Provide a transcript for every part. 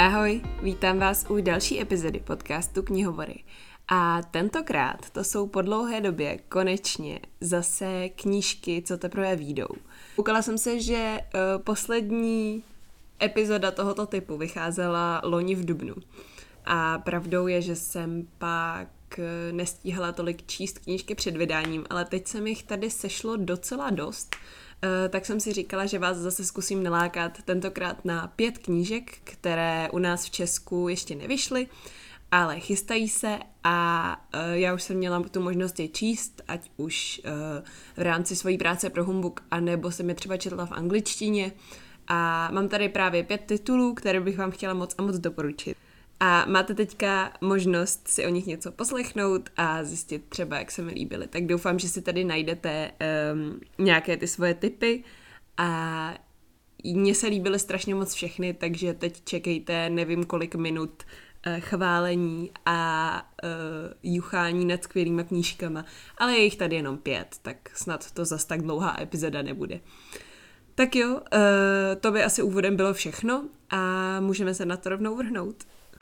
Ahoj, vítám vás u další epizody podcastu Knihovory. A tentokrát to jsou po dlouhé době konečně zase knížky, co teprve vyjdou. Koukala jsem se, že poslední epizoda tohoto typu vycházela loni v dubnu. A pravdou je, že jsem pak nestíhala tolik číst knížky před vydáním, ale teď se mi jich tady sešlo docela dost. Tak jsem si říkala, že vás zase zkusím nalákat tentokrát na 5 knížek, které u nás v Česku ještě nevyšly, ale chystají se a já už jsem měla tu možnost je číst, ať už v rámci své práce pro Humbug, anebo jsem je třeba četla v angličtině. A mám tady právě 5 titulů, které bych vám chtěla moc a moc doporučit. A máte teďka možnost si o nich něco poslechnout a zjistit třeba, jak se mi líbily. Tak doufám, že si tady najdete nějaké ty svoje tipy a mně se líbily strašně moc všechny, takže teď čekejte nevím kolik minut chválení a juchání nad skvělýma knížkama, ale je jich tady jenom 5, tak snad to zas tak dlouhá epizoda nebude. Tak jo, to by asi úvodem bylo všechno a můžeme se na to rovnou vrhnout.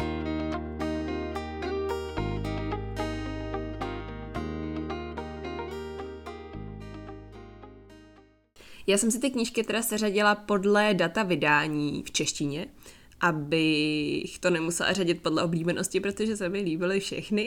Já jsem si ty knížky teda seřadila podle data vydání v češtině, abych to nemusela řadit podle oblíbenosti, protože se mi líbily všechny.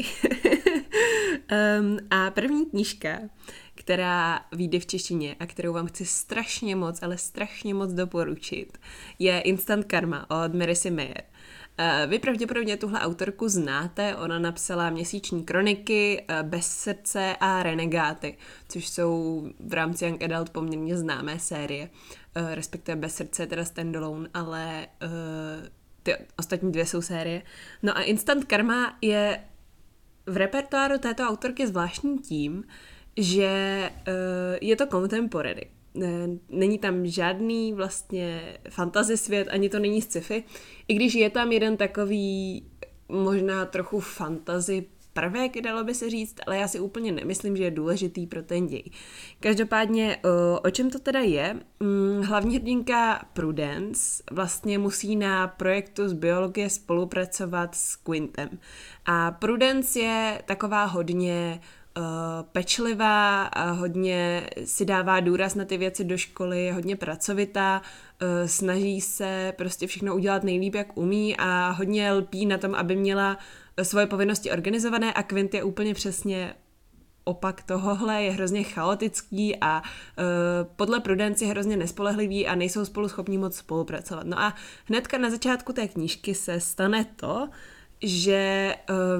A první knížka, která vyjde v češtině a kterou vám chci strašně moc, ale strašně moc doporučit, je Instant Karma od Marissa Mayer. Vy pravděpodobně tuhle autorku znáte, ona napsala Měsíční kroniky, Bez srdce a Renegáty, což jsou v rámci Young Adult poměrně známé série, respektive Bez srdce je teda standalone, ale ty ostatní 2 jsou série. No a Instant Karma je v repertoáru této autorky zvláštní tím, že je to contemporary. Není tam žádný vlastně fantasy svět, ani to není sci-fi, i když je tam jeden takový možná trochu fantasy prvek, dalo by se říct, ale já si úplně nemyslím, že je důležitý pro ten děj. Každopádně, o čem to teda je? Hlavní hrdinka Prudence vlastně musí na projektu z biologie spolupracovat s Quintem. A Prudence je taková hodně pečlivá a hodně si dává důraz na ty věci do školy, je hodně pracovitá, snaží se prostě všechno udělat nejlíp, jak umí a hodně lpí na tom, aby měla svoje povinnosti organizované a Quint je úplně přesně opak tohohle, je hrozně chaotický a podle Prudence je hrozně nespolehlivý a nejsou spolu schopní moc spolupracovat. No a hnedka na začátku té knížky se stane to, že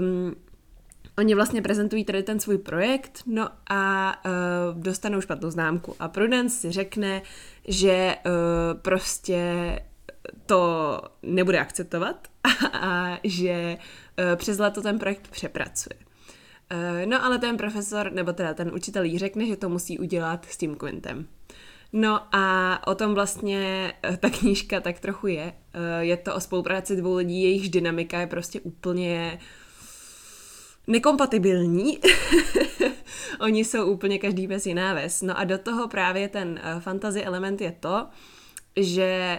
oni vlastně prezentují tady ten svůj projekt, no a dostanou špatnou známku. A Prudence si řekne, že prostě to nebude akceptovat a že přes léto ten projekt přepracuje. No ale ten profesor, nebo teda ten učitel jí řekne, že to musí udělat s tím Quintem. No a o tom vlastně ta knížka tak trochu je. Je to o spolupráci 2 lidí, jejichž dynamika je prostě úplně nekompatibilní. Oni jsou úplně každý bez jiná ves. No a do toho právě ten fantasy element je to, že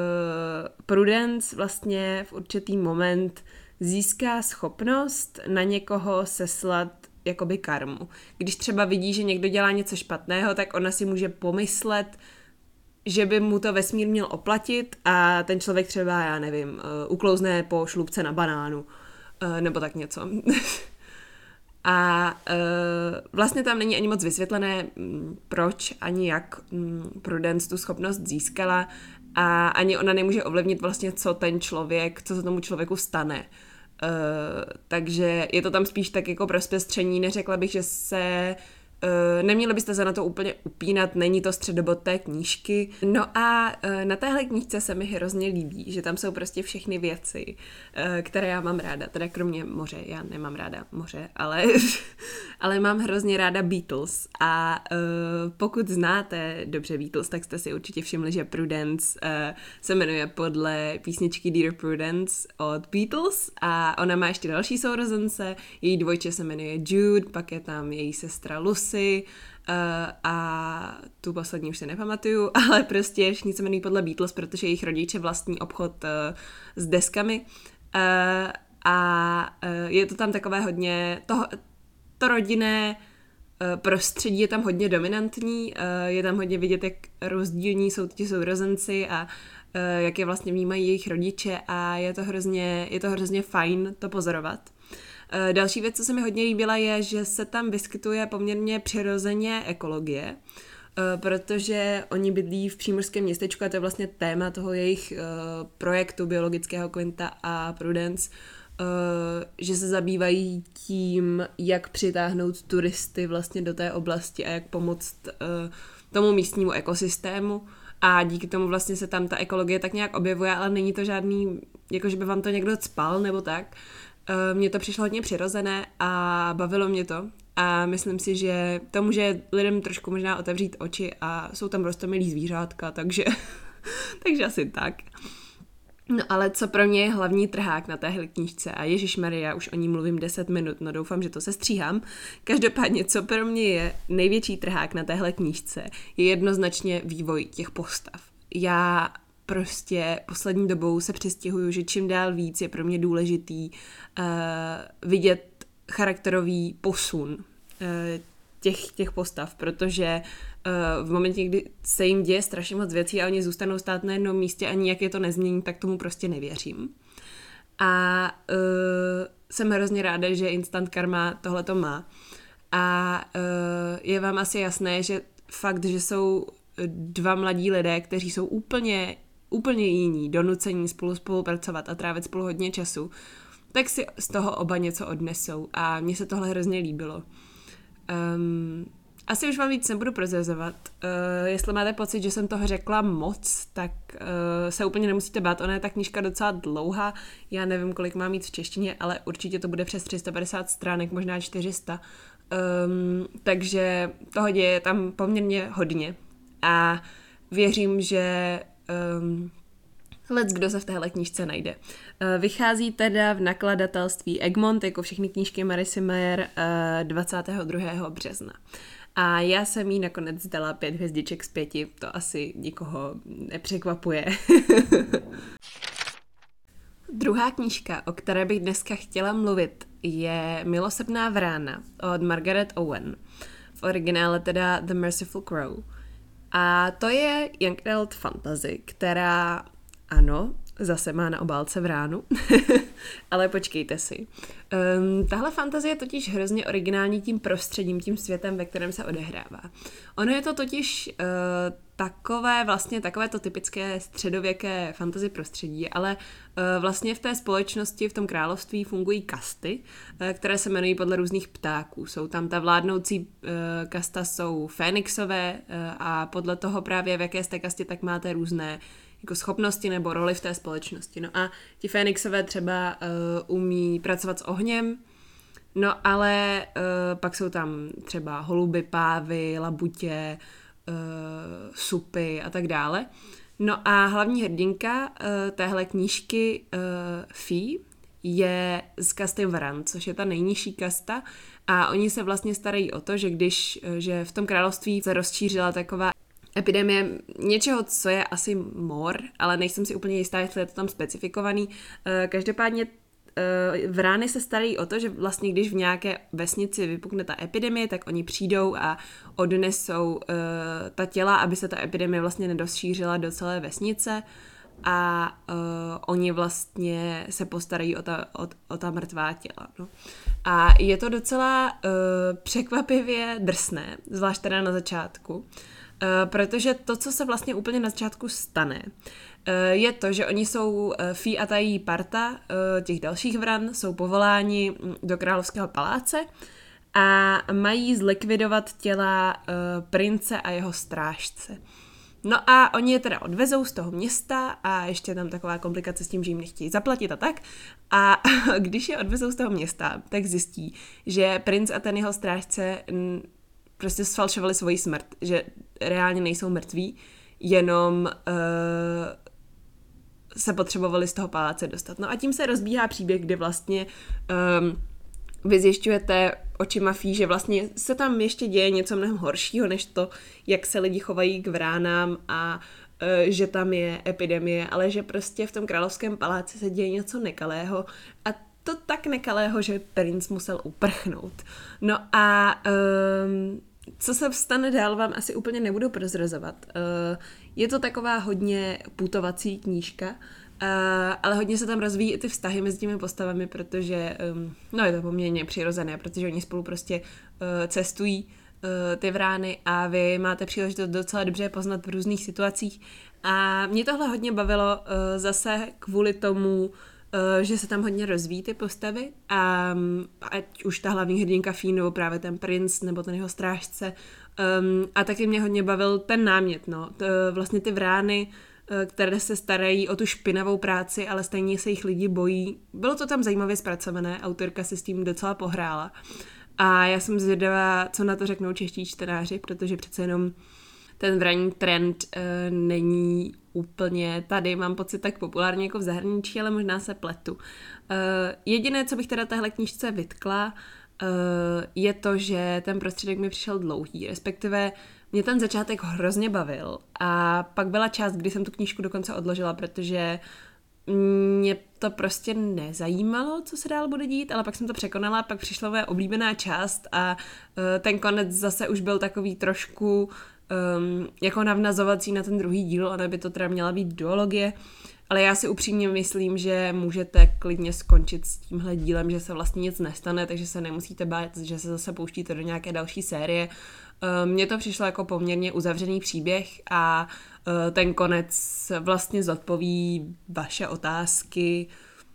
Prudence vlastně v určitý moment získá schopnost na někoho seslat jakoby karmu. Když třeba vidí, že někdo dělá něco špatného, tak ona si může pomyslet, že by mu to vesmír měl oplatit a ten člověk třeba, já nevím, uklouzne po šlupce na banánu nebo tak něco. A vlastně tam není ani moc vysvětlené, proč ani jak Prudence tu schopnost získala a ani ona nemůže ovlivnit vlastně, co ten člověk, co se tomu člověku stane. Takže je to tam spíš tak jako pro zpestření, neřekla bych, že se neměli byste se na to úplně upínat, není to středobod té knížky. No a na téhle knížce se mi hrozně líbí, že tam jsou prostě všechny věci, které já mám ráda, teda kromě moře, já nemám ráda moře, ale mám hrozně ráda Beatles a pokud znáte dobře Beatles, tak jste si určitě všimli, že Prudence se jmenuje podle písničky Dear Prudence od Beatles a ona má ještě další sourozence, její dvojče se jmenuje Jude, pak je tam její sestra Lucy a tu poslední už se nepamatuju, ale prostě všichni se jmenují podle Beatles, protože jejich rodiče vlastní obchod s deskami a je to tam takové hodně, to rodinné prostředí je tam hodně dominantní, je tam hodně vidět, jak rozdílní jsou ti sourozenci a jak je vlastně vnímají jejich rodiče a je to hrozně fajn to pozorovat. Další věc, co se mi hodně líbila, je, že se tam vyskytuje poměrně přirozeně ekologie, protože oni bydlí v přímořském městečku a to je vlastně téma toho jejich projektu biologického Quinta a Prudence, že se zabývají tím, jak přitáhnout turisty vlastně do té oblasti a jak pomoct tomu místnímu ekosystému a díky tomu vlastně se tam ta ekologie tak nějak objevuje, ale není to žádný, jako že by vám to někdo cpal nebo tak. Mně to přišlo hodně přirozené a bavilo mě to a myslím si, že to může lidem trošku možná otevřít oči a jsou tam roztomilí zvířátka, takže asi tak. No ale co pro mě je hlavní trhák na téhle knížce a ježišmarja, už o ní mluvím 10 minut, no doufám, že to se stříhám. Každopádně, co pro mě je největší trhák na téhle knížce, je jednoznačně vývoj těch postav. Já prostě poslední dobou se přestěhuju, že čím dál víc je pro mě důležitý vidět charakterový posun těch postav, protože v momentě, kdy se jim děje strašně moc věcí a oni zůstanou stát na jednom místě a nijak je to nezmění, tak tomu prostě nevěřím. A jsem hrozně ráda, že Instant Karma tohleto má. A je vám asi jasné, že fakt, že jsou dva mladí lidé, kteří jsou úplně jiní, donucení spolupracovat a trávit spolu hodně času, tak si z toho oba něco odnesou a mně se tohle hrozně líbilo. Asi už vám víc nebudu prozrazovat. Jestli máte pocit, že jsem toho řekla moc, tak se úplně nemusíte bát. Ona je ta knížka docela dlouhá. Já nevím, kolik má mít v češtině, ale určitě to bude přes 350 stránek, možná 400. Takže toho děje tam poměrně hodně. A věřím, že kdo se v téhle knížce najde. Vychází teda v nakladatelství Egmont, jako všechny knížky Marisy Mayer, 22. března. A já jsem jí nakonec dala 5 hvězdiček z 5, to asi nikoho nepřekvapuje. Druhá knížka, o které bych dneska chtěla mluvit, je Milosrdná vrána od Margaret Owen. V originále teda The Merciful Crow. A to je young adult fantasy, která, ano, zase má na obálce vránu, ale počkejte si. Tahle fantazie je totiž hrozně originální tím prostředím, tím světem, ve kterém se odehrává. Ono je to totiž takové to typické středověké fantasy prostředí, ale vlastně v té společnosti, v tom království fungují kasty, které se jmenují podle různých ptáků. Jsou tam ta vládnoucí kasta, jsou fénixové a podle toho právě v jaké jste kastě, tak máte různé jako schopnosti nebo roli v té společnosti. No a ti fénixové třeba umí pracovat s ohněm, no ale pak jsou tam třeba holuby, pávy, labutě, supy a tak dále. No a hlavní hrdinka téhle knížky Fee je z kasty Vran, což je ta nejnižší kasta a oni se vlastně starají o to, že v tom království se rozšířila taková epidemie něčeho, co je asi mor, ale nejsem si úplně jistá, jestli je to tam specifikovaný. Každopádně vrány se starají o to, že vlastně když v nějaké vesnici vypukne ta epidemie, tak oni přijdou a odnesou ta těla, aby se ta epidemie vlastně nedozšířila do celé vesnice a oni vlastně se postarají o ta mrtvá těla. No. A je to docela překvapivě drsné, zvlášť teda na začátku, protože to, co se vlastně úplně na začátku stane, je to, že oni jsou Fee a ta její parta těch dalších vran, jsou povoláni do královského paláce a mají zlikvidovat těla prince a jeho strážce. No a oni je teda odvezou z toho města a ještě tam taková komplikace s tím, že jim nechtějí zaplatit a tak. A když je odvezou z toho města, tak zjistí, že princ a ten jeho strážce prostě sfalšovali svoji smrt, že reálně nejsou mrtví, jenom se potřebovali z toho paláce dostat. No a tím se rozbíhá příběh, kdy vlastně vy zjišťujete, očima Fí, že vlastně se tam ještě děje něco mnohem horšího, než to, jak se lidi chovají k vránám a že tam je epidemie, ale že prostě v tom královském paláci se děje něco nekalého a to tak nekalého, že princ musel uprchnout. No a co se stane dál, vám asi úplně nebudu prozrazovat. Je to taková hodně putovací knížka, ale hodně se tam rozvíjí i ty vztahy mezi těmi postavami, protože je to poměrně přirozené, protože oni spolu prostě cestují ty vrány a vy máte příležitost docela dobře poznat v různých situacích. A mě tohle hodně bavilo zase kvůli tomu, že se tam hodně rozvíjí ty postavy a ať už ta hlavní hrdinka Fí, nebo právě ten princ, nebo ten jeho strážce. A taky mě hodně bavil ten námět, vlastně ty vrány, které se starají o tu špinavou práci, ale stejně se jich lidi bojí. Bylo to tam zajímavě zpracované, autorka si s tím docela pohrála. A já jsem zvědavá, co na to řeknou čeští čtenáři, protože přece jenom ten vraní trend není úplně tady, mám pocit, tak populárně jako v zahraničí, ale možná se pletu. Jediné, co bych teda téhle knížce vytkla, je to, že ten prostředek mi přišel dlouhý, respektive mě ten začátek hrozně bavil a pak byla část, kdy jsem tu knížku dokonce odložila, protože mě to prostě nezajímalo, co se dál bude dít, ale pak jsem to překonala, pak přišla moje oblíbená část a ten konec zase už byl takový trošku jako navnazovací na ten druhý díl, ona by to teda měla být duologie, ale já si upřímně myslím, že můžete klidně skončit s tímhle dílem, že se vlastně nic nestane, takže se nemusíte bát, že se zase pouštíte do nějaké další série. Mně to přišlo jako poměrně uzavřený příběh a ten konec vlastně zodpoví vaše otázky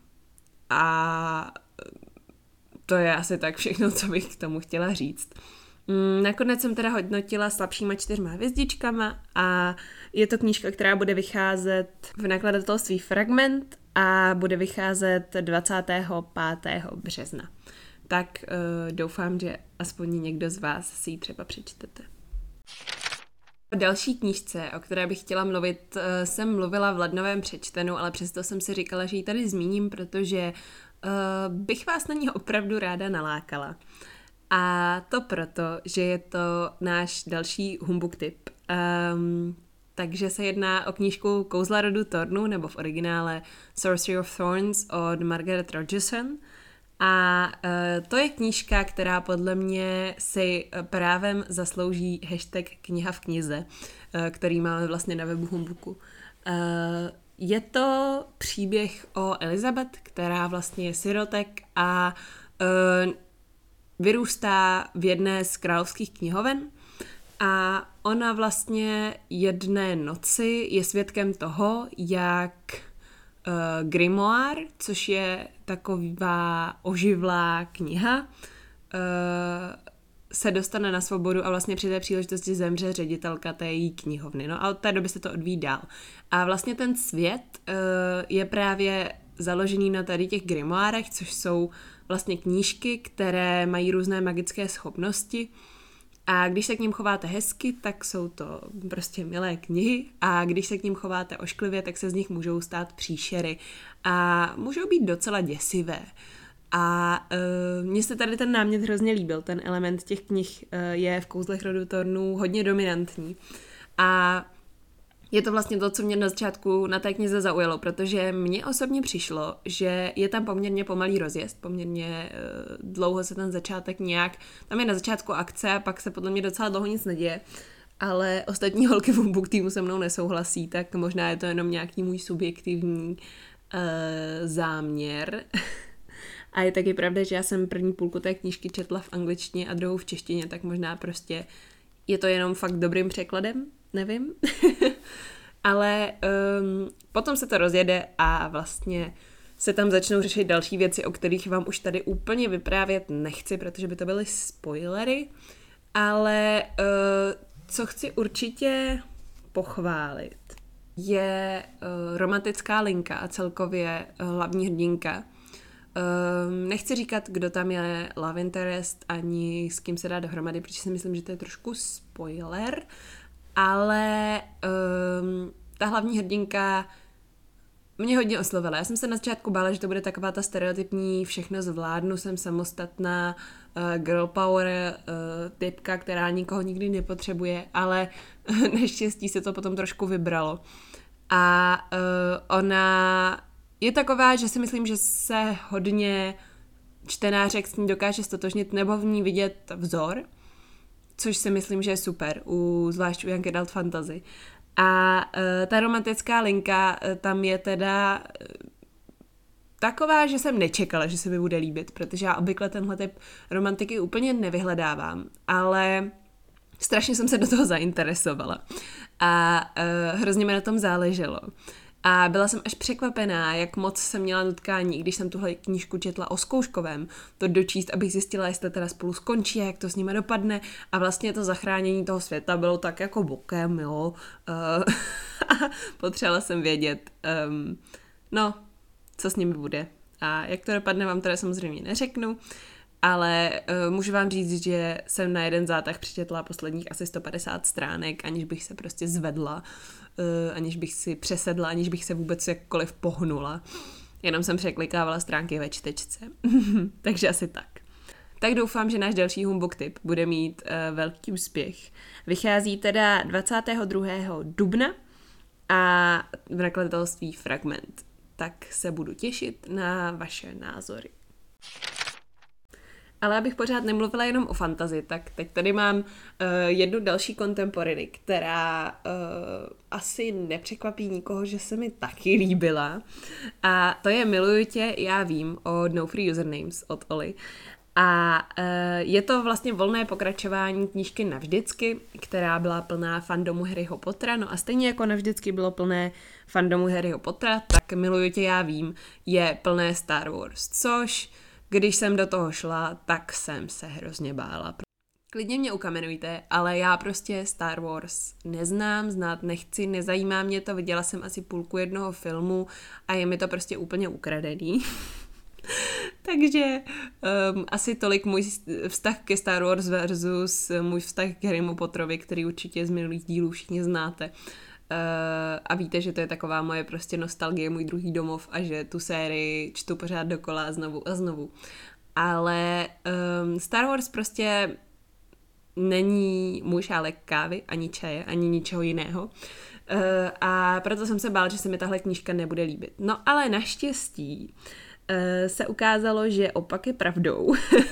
a to je asi tak všechno, co bych k tomu chtěla říct. Nakonec jsem teda hodnotila slabšíma 4 hvězdičkama a je to knížka, která bude vycházet v nakladatelství Fragment a bude vycházet 25. března. Tak doufám, že aspoň někdo z vás si ji třeba přečtete. O další knížce, o které bych chtěla mluvit, jsem mluvila v lednovém přečtenu, ale přesto jsem si říkala, že ji tady zmíním, protože bych vás na ní opravdu ráda nalákala. A to proto, že je to náš další humbug tip. Takže se jedná o knížku Kouzla rodu Thornů, nebo v originále Sorcery of Thorns od Margaret Rogerson. A to je knížka, která podle mě si právem zaslouží hashtag kniha v knize, který máme vlastně na webu Humbuku. Je to příběh o Elizabeth, která vlastně je sirotek a vyrůstá v jedné z královských knihoven a ona vlastně jedné noci je svědkem toho, jak grimoire, což je taková oživlá kniha, se dostane na svobodu a vlastně při té příležitosti zemře ředitelka té její knihovny. No a od té doby se to odvíjí dál. A vlastně ten svět je právě založený na tady těch grimoárech, což jsou vlastně knížky, které mají různé magické schopnosti a když se k ním chováte hezky, tak jsou to prostě milé knihy a když se k ním chováte ošklivě, tak se z nich můžou stát příšery a můžou být docela děsivé. A mně se tady ten námět hrozně líbil, ten element těch knih je v Kouzlech rodu Thornů hodně dominantní a je to vlastně to, co mě na začátku na té knize zaujalo, protože mně osobně přišlo, že je tam poměrně pomalý rozjezd, poměrně dlouho se ten začátek nějak, tam je na začátku akce a pak se podle mě docela dlouho nic neděje, ale ostatní holky v Humbug týmu se mnou nesouhlasí, tak možná je to jenom nějaký můj subjektivní záměr. A je taky pravda, že já jsem první půlku té knížky četla v angličtině a druhou v češtině, tak možná prostě je to jenom fakt dobrým překladem, nevím. Ale potom se to rozjede a vlastně se tam začnou řešit další věci, o kterých vám už tady úplně vyprávět nechci, protože by to byly spoilery, ale co chci určitě pochválit, je romantická linka a celkově hlavní hrdinka. Nechci říkat, kdo tam je love interest, ani s kým se dá dohromady, protože si myslím, že to je trošku spoiler, ale ta hlavní hrdinka mě hodně oslovila. Já jsem se na začátku bála, že to bude taková ta stereotypní všechno zvládnu, jsem samostatná girl power typka, která nikoho nikdy nepotřebuje, ale naštěstí se to potom trošku vybralo. A ona je taková, že si myslím, že se hodně čtenářek s ní dokáže stotožnit nebo v ní vidět vzor, což si myslím, že je super, zvlášť u Young Adult Fantasy. A ta romantická linka tam je teda taková, že jsem nečekala, že se mi bude líbit, protože já obvykle tenhle typ romantiky úplně nevyhledávám, ale strašně jsem se do toho zainteresovala a hrozně mi na tom záleželo. A byla jsem až překvapená, jak moc jsem měla nutkání, když jsem tuhle knížku četla o Zkouškovém, to dočíst, abych zjistila, jestli teda spolu skončí a jak to s nimi dopadne. A vlastně to zachránění toho světa bylo tak jako bokem, jo. A potřebovala jsem vědět, co s nimi bude. A jak to dopadne, vám teda samozřejmě neřeknu, ale můžu vám říct, že jsem na jeden zátah přečetla posledních asi 150 stránek, aniž bych se prostě zvedla, aniž bych si přesedla, aniž bych se vůbec jakkoliv pohnula. Jenom jsem překlikávala stránky ve čtečce. Takže asi tak. Tak doufám, že náš další humbug tip bude mít velký úspěch. Vychází teda 22. dubna a v nakladatelství Fragment. Tak se budu těšit na vaše názory. Ale abych pořád nemluvila jenom o fantasy, tak teď tady mám jednu další contemporary, která asi nepřekvapí nikoho, že se mi taky líbila. A to je Miluju tě, já vím, od No Free Usernames od Oli. A je to vlastně volné pokračování knížky Navždycky, která byla plná fandomu Harryho Pottera, no a stejně jako Navždycky bylo plné fandomu Harryho Pottera, tak Miluju tě, já vím, je plné Star Wars, což když jsem do toho šla, tak jsem se hrozně bála. Klidně mě ukamenujte, ale já prostě Star Wars neznám, znát nechci, nezajímá mě to, viděla jsem asi půlku jednoho filmu a je mi to prostě úplně ukradený. Takže asi tolik můj vztah ke Star Wars versus můj vztah k Harrymu Potterovi, který určitě z minulých dílů všichni znáte. A víte, že to je taková moje prostě nostalgie, můj druhý domov a že tu sérii čtu pořád dokola znovu a znovu. Ale Star Wars prostě není můj šálek kávy, ani čaje, ani ničeho jiného. A proto jsem se bála, že se mi tahle knížka nebude líbit. No ale naštěstí se ukázalo, že opak je pravdou.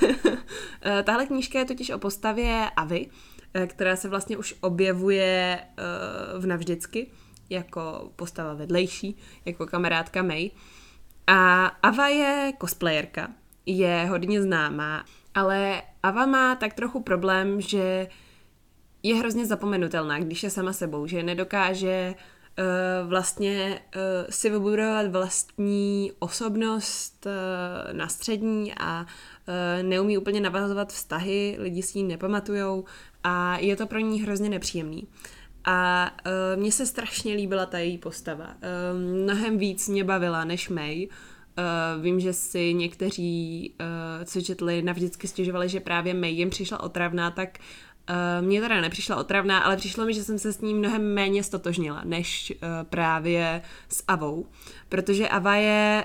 Tahle knížka je totiž o postavě Avy, která se vlastně už objevuje v Navždycky jako postava vedlejší, jako kamarádka May. A Ava je cosplayerka, je hodně známá, ale Ava má tak trochu problém, že je hrozně zapomenutelná, když je sama sebou, že nedokáže vlastně si vybudovat vlastní osobnost na střední a neumí úplně navazovat vztahy, lidi si ji nepamatujou a je to pro ní hrozně nepříjemný. A mně se strašně líbila ta její postava. Mnohem víc mě bavila než May. Vím, že si někteří, co četli, navždycky stěžovali, že právě May jim přišla otravná, tak mně teda nepřišla otravná, ale přišlo mi, že jsem se s ní mnohem méně stotožnila, než právě s Avou. Protože Ava je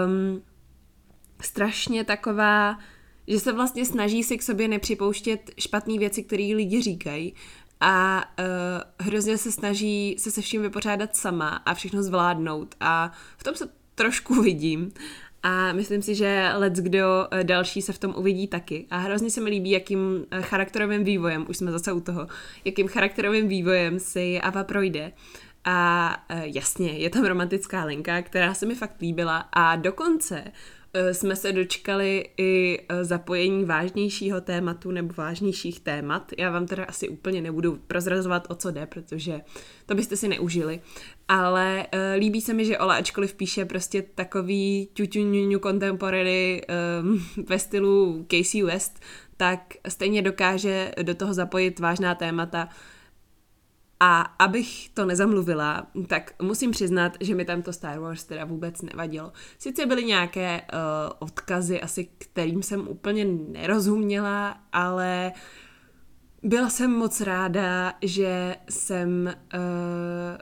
strašně taková, že se vlastně snaží si k sobě nepřipouštět špatné věci, které lidi říkají a hrozně se snaží se vším vypořádat sama a všechno zvládnout a v tom se trošku vidím. A myslím si, že leckdo další se v tom uvidí taky. A hrozně se mi líbí, jakým charakterovým vývojem, už jsme zase u toho, jakým charakterovým vývojem si Ava projde. A jasně, je tam romantická linka, která se mi fakt líbila a dokonce jsme se dočkali i zapojení vážnějšího tématu nebo vážnějších témat. Já vám teda asi úplně nebudu prozrazovat, o co jde, protože to byste si neužili. Ale líbí se mi, že Ola, ačkoliv píše prostě takový ťuťuňuňu contemporary ve stylu Casey West, tak stejně dokáže do toho zapojit vážná témata. A abych to nezamluvila, tak musím přiznat, že mi tam to Star Wars teda vůbec nevadilo. Sice byly nějaké odkazy, asi kterým jsem úplně nerozuměla, ale byla jsem moc ráda, že jsem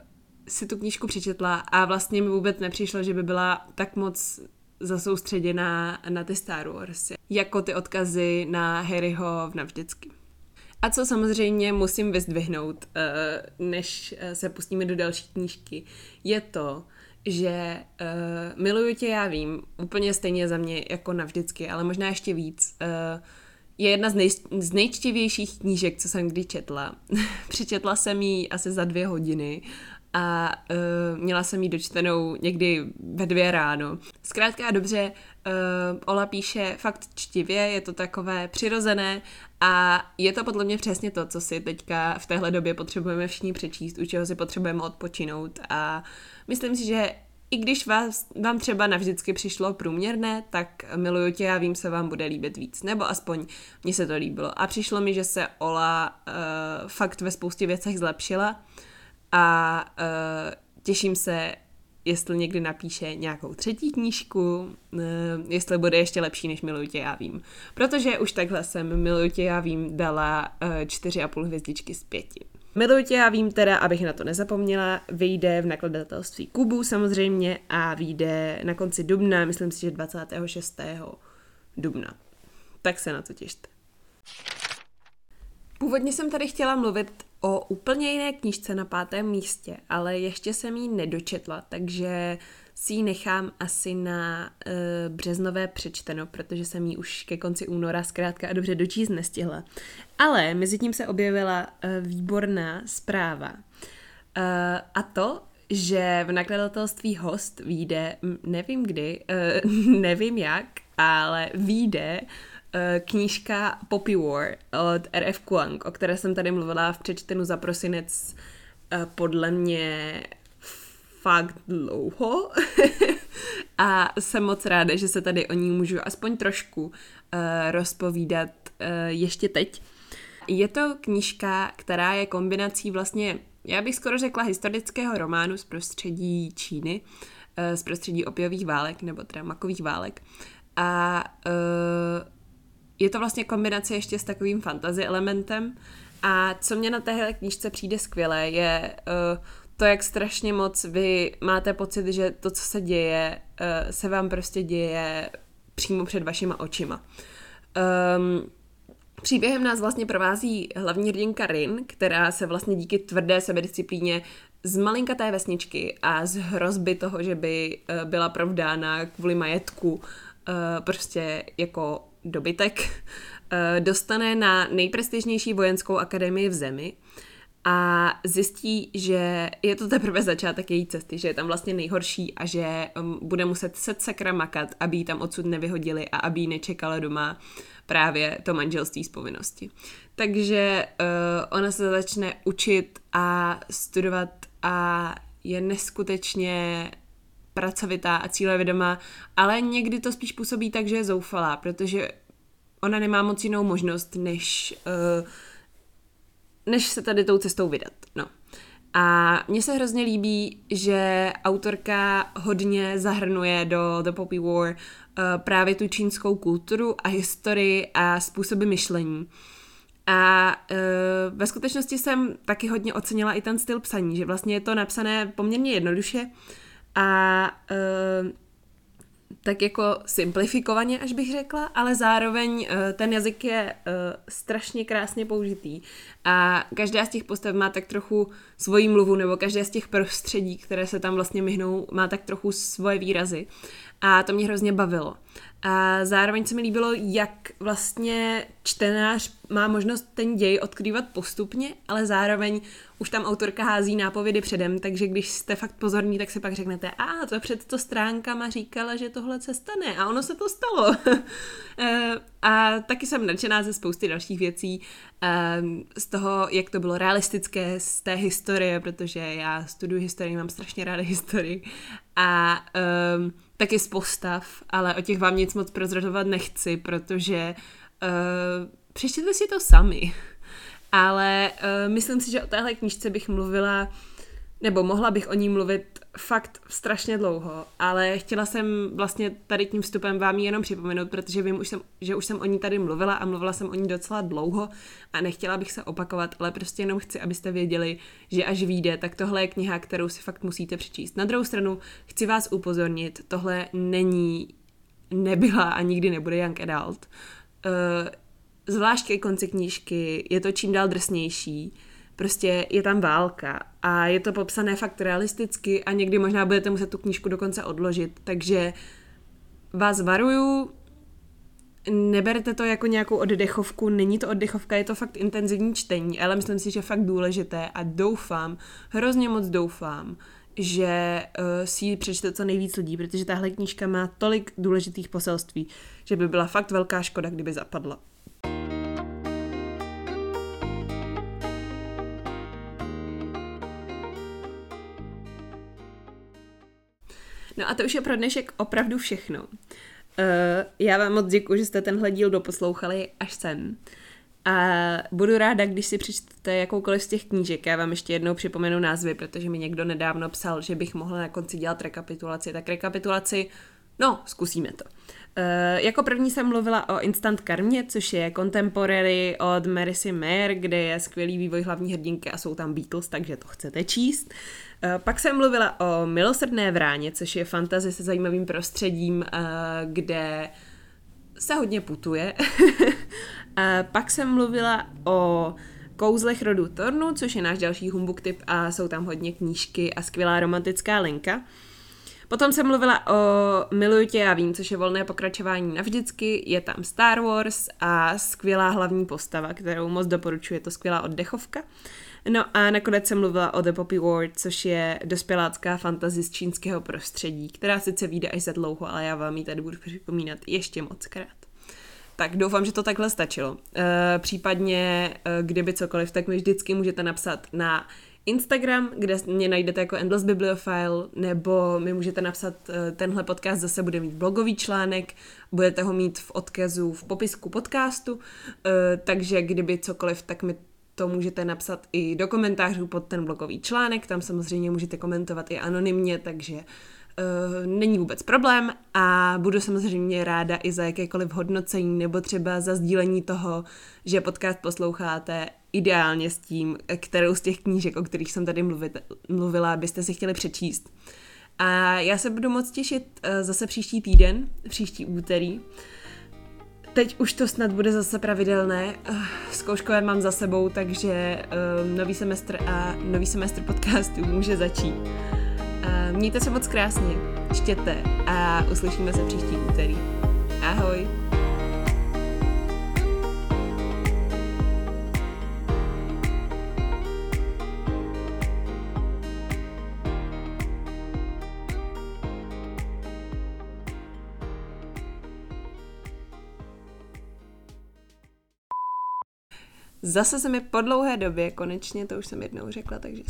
si tu knížku přečetla a vlastně mi vůbec nepřišlo, že by byla tak moc zasoustředěná na ty Star Wars, jako ty odkazy na Harryho v Navždycky. A co samozřejmě musím vyzdvihnout, než se pustíme do další knížky, je to, že Miluju tě, já vím, úplně stejně za mě jako Navždycky, ale možná ještě víc. Je jedna z nejčtivějších knížek, co jsem kdy četla. Přečetla jsem ji asi za 2 hodiny a měla jsem ji dočtenou někdy ve 2 ráno. Zkrátka a dobře, Ola píše fakt čtivě, je to takové přirozené a je to podle mě přesně to, co si teďka v téhle době potřebujeme všichni přečíst, u čeho si potřebujeme odpočinout a myslím si, že i když vám třeba Navždycky přišlo průměrné, tak Miluju tě, já vím, se vám bude líbit víc, nebo aspoň mně se to líbilo. A přišlo mi, že se Ola fakt ve spoustě věcech zlepšila a těším se, jestli někdy napíše nějakou 3. knížku, jestli bude ještě lepší než Miluju tě, já vím. Protože už takhle jsem Miluju tě, já vím dala 4,5 hvězdičky z 5. Miluju tě, já vím teda, abych na to nezapomněla, vyjde v nakladatelství Kubu samozřejmě a vyjde na konci dubna, myslím si, že 26. dubna. Tak se na to těšte. Původně jsem tady chtěla mluvit o úplně jiné knížce na 5. místě, ale ještě jsem ji nedočetla, takže si ji nechám asi na březnové přečteno, protože jsem ji už ke konci února zkrátka a dobře dočíst nestihla. Ale mezi tím se objevila výborná zpráva. A to, že v nakladatelství Host vyjde, nevím kdy, nevím jak, ale vyjde knížka Poppy War od R.F. Kuang, o které jsem tady mluvila v přečtenu za prosinec podle mě fakt dlouho a jsem moc ráda, že se tady o ní můžu aspoň trošku rozpovídat ještě teď. Je to knížka, která je kombinací vlastně, já bych skoro řekla, historického románu z prostředí Číny, z prostředí opiových válek, nebo teda makových válek. A je to vlastně kombinace ještě s takovým fantasy elementem. A co mě na téhle knížce přijde skvělé, je to, jak strašně moc vy máte pocit, že to, co se děje, se vám prostě děje přímo před vašima očima. Příběhem nás vlastně provází hlavní hrdinka Rin, která se vlastně díky tvrdé sebedisciplíně z malinkaté vesničky a z hrozby toho, že by byla provdána kvůli majetku prostě jako dobytek, dostane na nejprestižnější vojenskou akademii v zemi a zjistí, že je to teprve začátek její cesty, že je tam vlastně nejhorší a že bude muset sakra makat, aby ji tam odsud nevyhodili a aby ji nečekala doma právě to manželství z povinnosti. Takže ona se začne učit a studovat a je neskutečně pracovitá a cílevědomá, ale někdy to spíš působí tak, že je zoufalá, protože ona nemá moc jinou možnost, než se tady tou cestou vydat. No. A mně se hrozně líbí, že autorka hodně zahrnuje do The Poppy War právě tu čínskou kulturu a historii a způsoby myšlení. A ve skutečnosti jsem taky hodně ocenila i ten styl psaní, že vlastně je to napsané poměrně jednoduše a tak jako simplifikovaně, až bych řekla, ale zároveň ten jazyk je strašně krásně použitý a každá z těch postav má tak trochu svoji mluvu, nebo každé z těch prostředí, které se tam vlastně myhnou, má tak trochu svoje výrazy a to mě hrozně bavilo. A zároveň se mi líbilo, jak vlastně čtenář má možnost ten děj odkrývat postupně, ale zároveň už tam autorka hází nápovědy předem, takže když jste fakt pozorní, tak si pak řeknete, to před to stránkama říkala, že tohle se stane a ono se to stalo. A taky jsem nadšená ze spousty dalších věcí, z toho, jak to bylo realistické z té historie, protože já studuji historii, mám strašně ráda historii a taky z postav, ale o těch vám nic moc prozrazovat nechci, protože přečtěte si to sami. Ale myslím si, že o téhle knížce bych mluvila, nebo mohla bych o ní mluvit fakt strašně dlouho, ale chtěla jsem vlastně tady tím vstupem vám ji jenom připomenout, protože vím, že už jsem o ní tady mluvila a mluvila jsem o ní docela dlouho a nechtěla bych se opakovat, ale prostě jenom chci, abyste věděli, že až vyjde, tak tohle je kniha, kterou si fakt musíte přečíst. Na druhou stranu chci vás upozornit, tohle nebyla a nikdy nebude young adult. Zvlášť ke konci knížky je to čím dál drsnější. Prostě je tam válka a je to popsané fakt realisticky a někdy možná budete muset tu knížku dokonce odložit, takže vás varuju, neberte to jako nějakou oddechovku, není to oddechovka, je to fakt intenzivní čtení, ale myslím si, že fakt důležité a doufám, hrozně moc doufám, že si ji přečte co nejvíc lidí, protože tahle knížka má tolik důležitých poselství, že by byla fakt velká škoda, kdyby zapadla. No a to už je pro dnešek opravdu všechno. Já vám moc děkuji, že jste tenhle díl doposlouchali až sem. A budu ráda, když si přečtete jakoukoliv z těch knížek. Já vám ještě jednou připomenu názvy, protože mi někdo nedávno psal, že bych mohla na konci dělat rekapitulaci. Tak rekapitulaci, no, zkusíme to. Jako první jsem mluvila o Instant karmě, což je contemporary od Marysy Mayer, kde je skvělý vývoj hlavní hrdinky a jsou tam Beatles, takže to chcete číst. Pak jsem mluvila o Milosrdné vráně, což je fantasy se zajímavým prostředím, kde se hodně putuje. Pak jsem mluvila o Kouzlech rodu Thornu, což je náš další humbug tip a jsou tam hodně knížky a skvělá romantická linka. Potom jsem mluvila o Miluju tě, já vím, což je volné pokračování navždycky, je tam Star Wars a skvělá hlavní postava, kterou moc doporučuji, je to skvělá oddechovka. No a nakonec jsem mluvila o The Poppy War, což je dospělácká fantasy z čínského prostředí, která sice vyjde až za dlouho, ale já vám ji tady budu připomínat ještě mockrát. Tak doufám, že to takhle stačilo. Případně, kdyby cokoliv, tak mi vždycky můžete napsat na Instagram, kde mě najdete jako Endless Bibliophile, nebo mi můžete napsat, tenhle podcast zase bude mít blogový článek, budete ho mít v odkazu v popisku podcastu, takže kdyby cokoliv, tak mi to můžete napsat i do komentářů pod ten blogový článek, tam samozřejmě můžete komentovat i anonymně, takže není vůbec problém a budu samozřejmě ráda i za jakékoliv hodnocení nebo třeba za sdílení toho, že podcast posloucháte ideálně s tím, kterou z těch knížek, o kterých jsem tady mluvila, byste si chtěli přečíst. A já se budu moc těšit zase příští týden, příští úterý. Teď už to snad bude zase pravidelné. Zkouškové mám za sebou, takže nový semestr podcastu může začít. Mějte se moc krásně, čtěte a uslyšíme se příští úterý. Ahoj! Zase se mi po dlouhé době, konečně, to už jsem jednou řekla, takže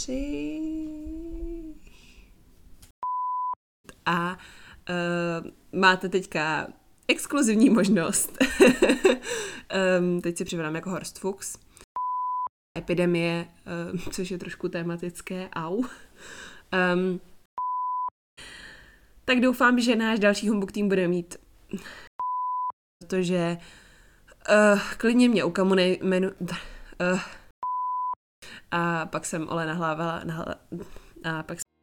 a máte teďka exkluzivní možnost. Teď si připadám jako Horst Fuchs. Epidemie, což je trošku tematické, tak doufám, že náš další humbug tým bude mít, protože klidně mě a pak jsem Ole nahlávala a pak